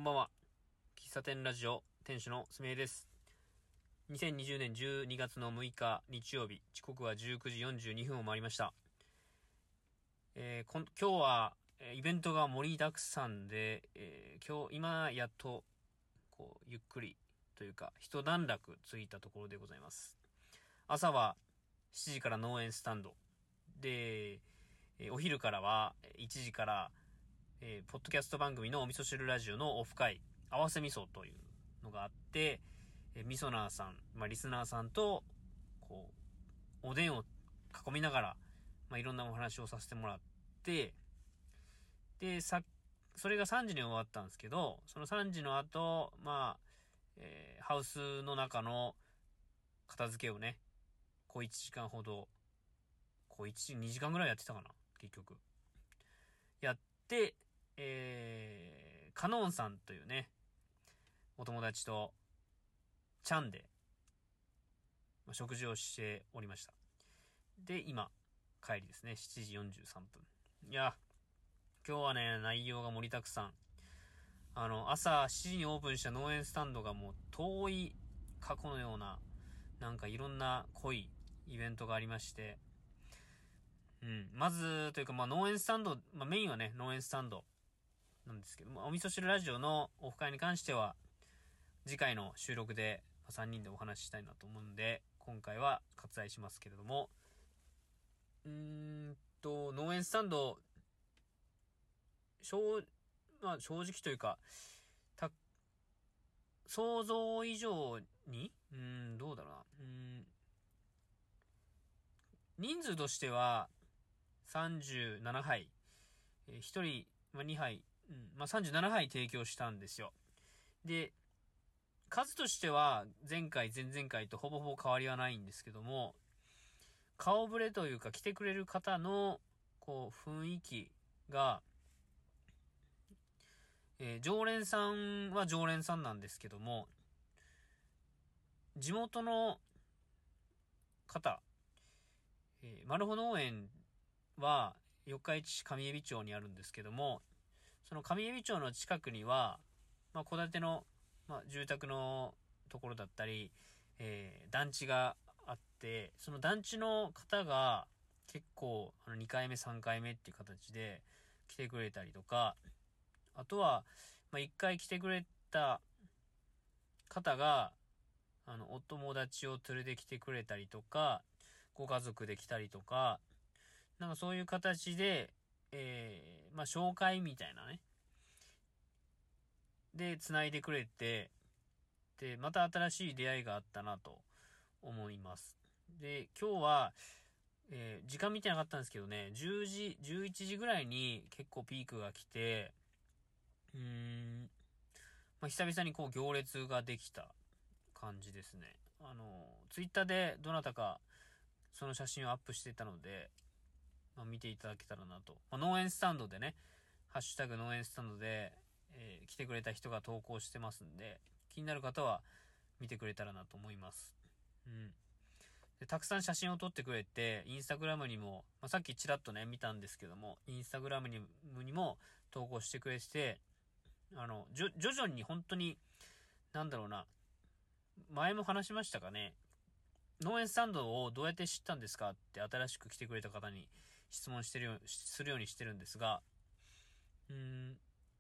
こんばんは。喫茶店ラジオ店主のすみえです。2020年12月の6日日曜日、時刻は19時42分を回りました。今日はイベントが盛りだくさんで、今やっとゆっくりというか一段落ついたところでございます。朝は7時から農園スタンドで、お昼からは1時からポッドキャスト番組のお味噌汁ラジオのオフ会、合わせ味噌というのがあって、味噌ナーさん、リスナーさんと、おでんを囲みながら、いろんなお話をさせてもらって、で、それが3時に終わったんですけど、その3時の後、ハウスの中の片付けをね、1時間ほど、2時間ぐらいやってたかな、結局。やって、カノンさんというね、お友達と、チャンで、食事をしておりました。で、今、帰りですね、7時43分。いや、今日はね、内容が盛りだくさん。朝7時にオープンした農園スタンドがもう遠い過去のような、いろんな濃いイベントがありまして、まず、というか、農園スタンド、メインはね、農園スタンドなんですけども、お味噌汁ラジオのオフ会に関しては、次回の収録で3人でお話ししたいなと思うんで、今回は割愛しますけれども、農園スタンド、正直というか、想像以上に、どうだろうな、人数としては、37杯、1人、2杯、37杯提供したんですよ。で、数としては前回前々回とほぼほぼ変わりはないんですけども、顔ぶれというか来てくれる方の雰囲気が、常連さんは常連さんなんですけども、地元の方、マルホ農園は四日市市上海老町にあるんですけども、その上海老町の近くには、戸建ての住宅のところだったり、団地があって、その団地の方が結構2回目3回目っていう形で来てくれたりとか、あとは1回来てくれた方がお友達を連れてきてくれたりとか、ご家族で来たりとか、そういう形で紹介みたいなねで繋いでくれて、でまた新しい出会いがあったなと思います。で今日は、時間見てなかったんですけどね、10時11時ぐらいに結構ピークが来て、久々に行列ができた感じですね。ツイッターでどなたかその写真をアップしていたので、見ていただけたらなと。農園スタンドでね、ハッシュタグ農園スタンドで、来てくれた人が投稿してますんで、気になる方は見てくれたらなと思います。でたくさん写真を撮ってくれて、インスタグラムにも、さっきちらっとね見たんですけども、インスタグラムにも投稿してくれて、徐々に本当に、前も話しましたかね。農園スタンドをどうやって知ったんですかって新しく来てくれた方に質問するようにしてるんですが、6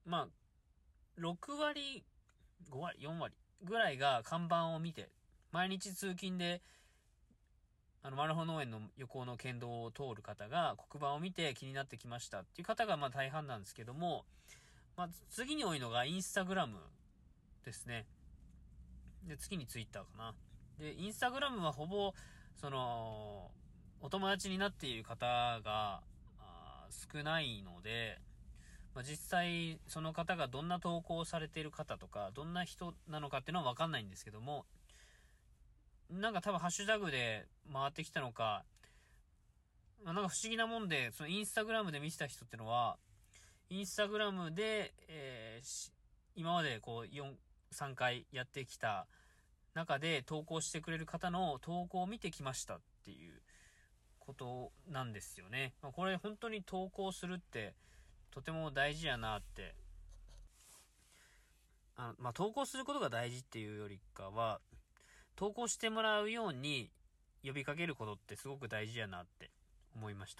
割、5割、4割ぐらいが看板を見て、毎日通勤で、マルホ農園の横の県道を通る方が黒板を見て気になってきましたっていう方が大半なんですけども、次に多いのがインスタグラムですね。で、次にツイッターかな。で、インスタグラムはほぼ、お友達になっている方が少ないので、実際その方がどんな投稿をされている方とか、どんな人なのかっていうのはわかんないんですけども、多分ハッシュタグで回ってきたのか、不思議なもんで、そのインスタグラムで見せた人ってのは、インスタグラムで、今まで3回やってきた中で投稿してくれる方の投稿を見てきましたっていうことなんですよね。これ本当に投稿するってとても大事やなって投稿することが大事っていうよりかは、投稿してもらうように呼びかけることってすごく大事やなって思いました。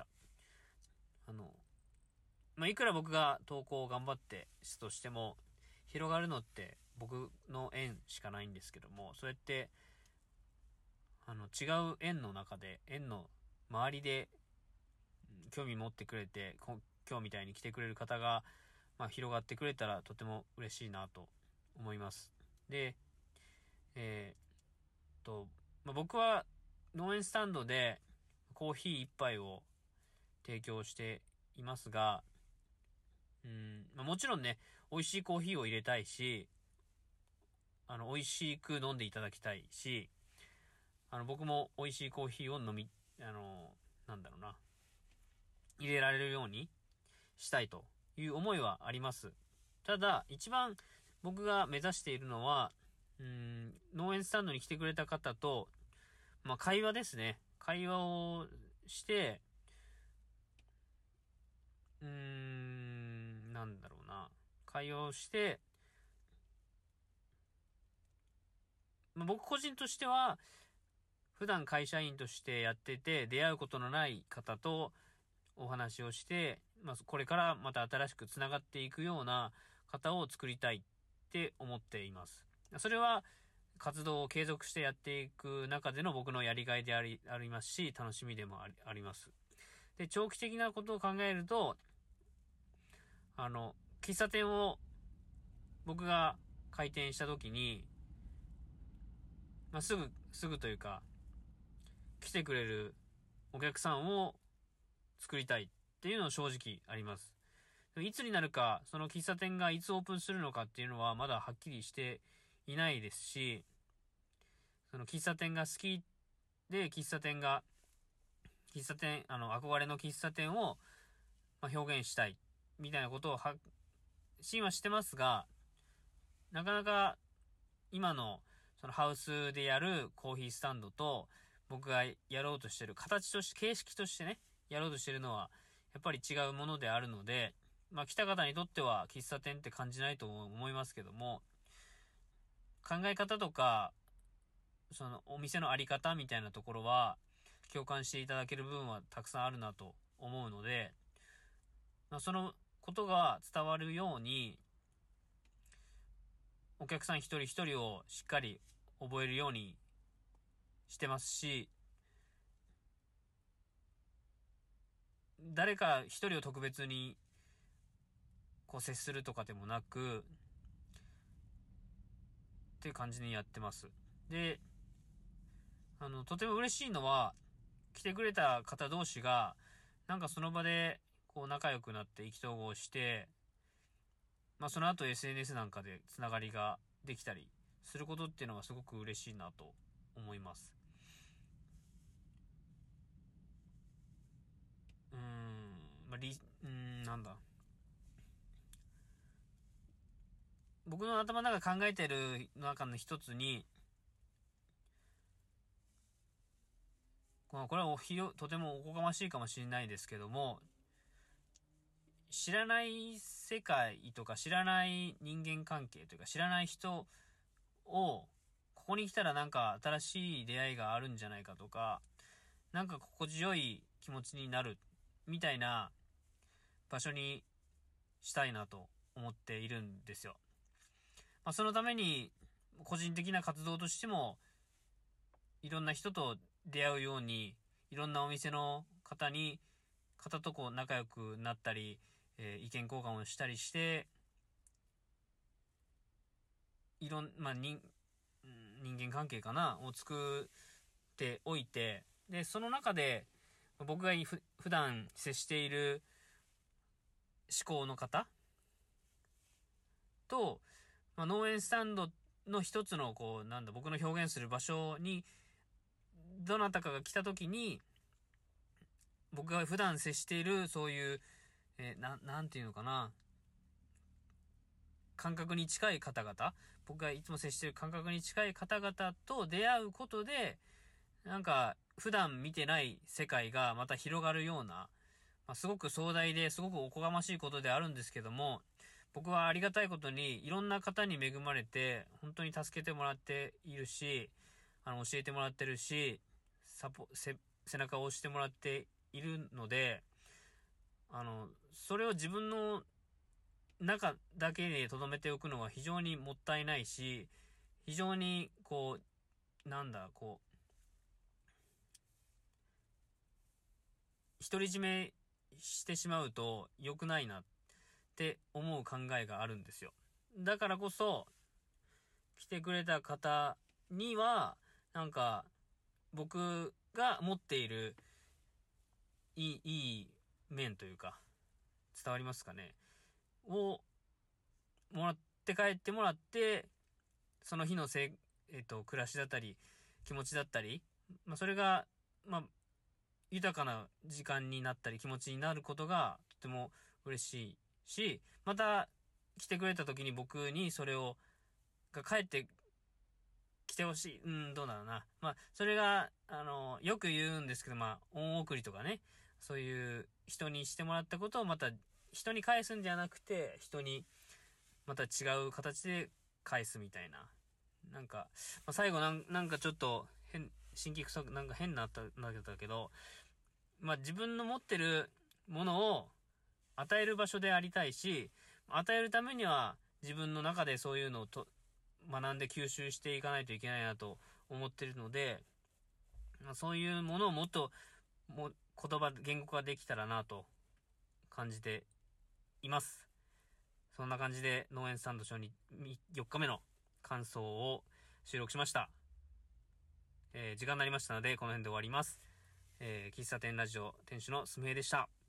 いくら僕が投稿を頑張ってしたとしても、広がるのって僕の縁しかないんですけども、そうやって、違う縁の中で、縁の周りで、興味持ってくれて、今日みたいに来てくれる方が、広がってくれたらとても嬉しいなと思います。で、僕は農園スタンドでコーヒー一杯を提供していますが、もちろんね、美味しいコーヒーを入れたいし、美味しく飲んでいただきたいし、僕も美味しいコーヒーを入れられるようにしたいという思いはあります。ただ、一番僕が目指しているのは、農園スタンドに来てくれた方と、会話ですね。会話をして、会話をして、僕個人としては、普段会社員としてやってて、出会うことのない方とお話をして、これからまた新しくつながっていくような方を作りたいって思っています。それは、活動を継続してやっていく中での僕のやりがいでありますし、楽しみでもあります。で、長期的なことを考えると、喫茶店を僕が開店した時に、すぐというか、来てくれるお客さんを作りたいっていうのは正直あります。いつになるか、その喫茶店がいつオープンするのかっていうのはまだはっきりしていないですし、その喫茶店が好きで、憧れの喫茶店を表現したいみたいなことを発信はしてますが、なかなか今のそのハウスでやるコーヒースタンドと僕がやろうとしてる形として、形式としてね、やろうとしてるのはやっぱり違うものであるので、来た方にとっては喫茶店って感じないと思いますけども、考え方とか、そのお店のあり方みたいなところは共感していただける部分はたくさんあるなと思うので、そのことが伝わるように、お客さん一人一人をしっかり覚えるようにしてますし、誰か一人を特別に接するとかでもなくっていう感じにやってます。で、とても嬉しいのは、来てくれた方同士がその場で仲良くなって意気投合して、その後 SNS なんかでつながりができたりすることっていうのはすごく嬉しいなと思います。僕の頭の中考えてる中の一つに、これはとてもおこがましいかもしれないですけども、知らない世界とか知らない人間関係というか知らない人を、ここに来たら新しい出会いがあるんじゃないかとか、心地よい気持ちになるみたいな場所にしたいなと思っているんですよ。そのために個人的な活動としても、いろんな人と出会うように、いろんなお店の方と仲良くなったり、意見交換をしたりして、人間関係を作っておいて、で、その中で僕が普段接している思考の方と、農園スタンドの一つの僕の表現する場所にどなたかが来た時に、僕が普段接しているそういう、なんていうのかな、感覚に近い方々、僕がいつも接している感覚に近い方々と出会うことで、普段見てない世界がまた広がるような、すごく壮大ですごくおこがましいことであるんですけども、 僕はありがたいことにいろんな方に恵まれて、本当に助けてもらっているし、教えてもらってるし、背中を押してもらっているので、それを自分の中だけで留めておくのは非常にもったいないし、非常に独り占めしてしまうと良くないなって思う考えがあるんですよ。だからこそ、来てくれた方には、僕が持っているいい面というか、伝わりますかね、をもらって帰ってもらって、その日の暮らしだったり、気持ちだったり、それが、豊かな時間になったり気持ちになることがとても嬉しいし、また来てくれた時に僕にそれが帰って来てほしい。どうだろうな。それが、よく言うんですけど、恩送りとかね、そういう人にしてもらったことをまた人に返すんじゃなくて、人にまた違う形で返すみたいな。最後ちょっと新規臭く変なったんだけど、自分の持ってるものを与える場所でありたいし、与えるためには自分の中でそういうのを学んで吸収していかないといけないなと思ってるので、そういうものをもっと言語化できたらなと感じています。そんな感じで農園スタンド初日4日目の感想を収録しました。時間になりましたのでこの辺で終わります。喫茶店ラジオ店主のすみへいでした。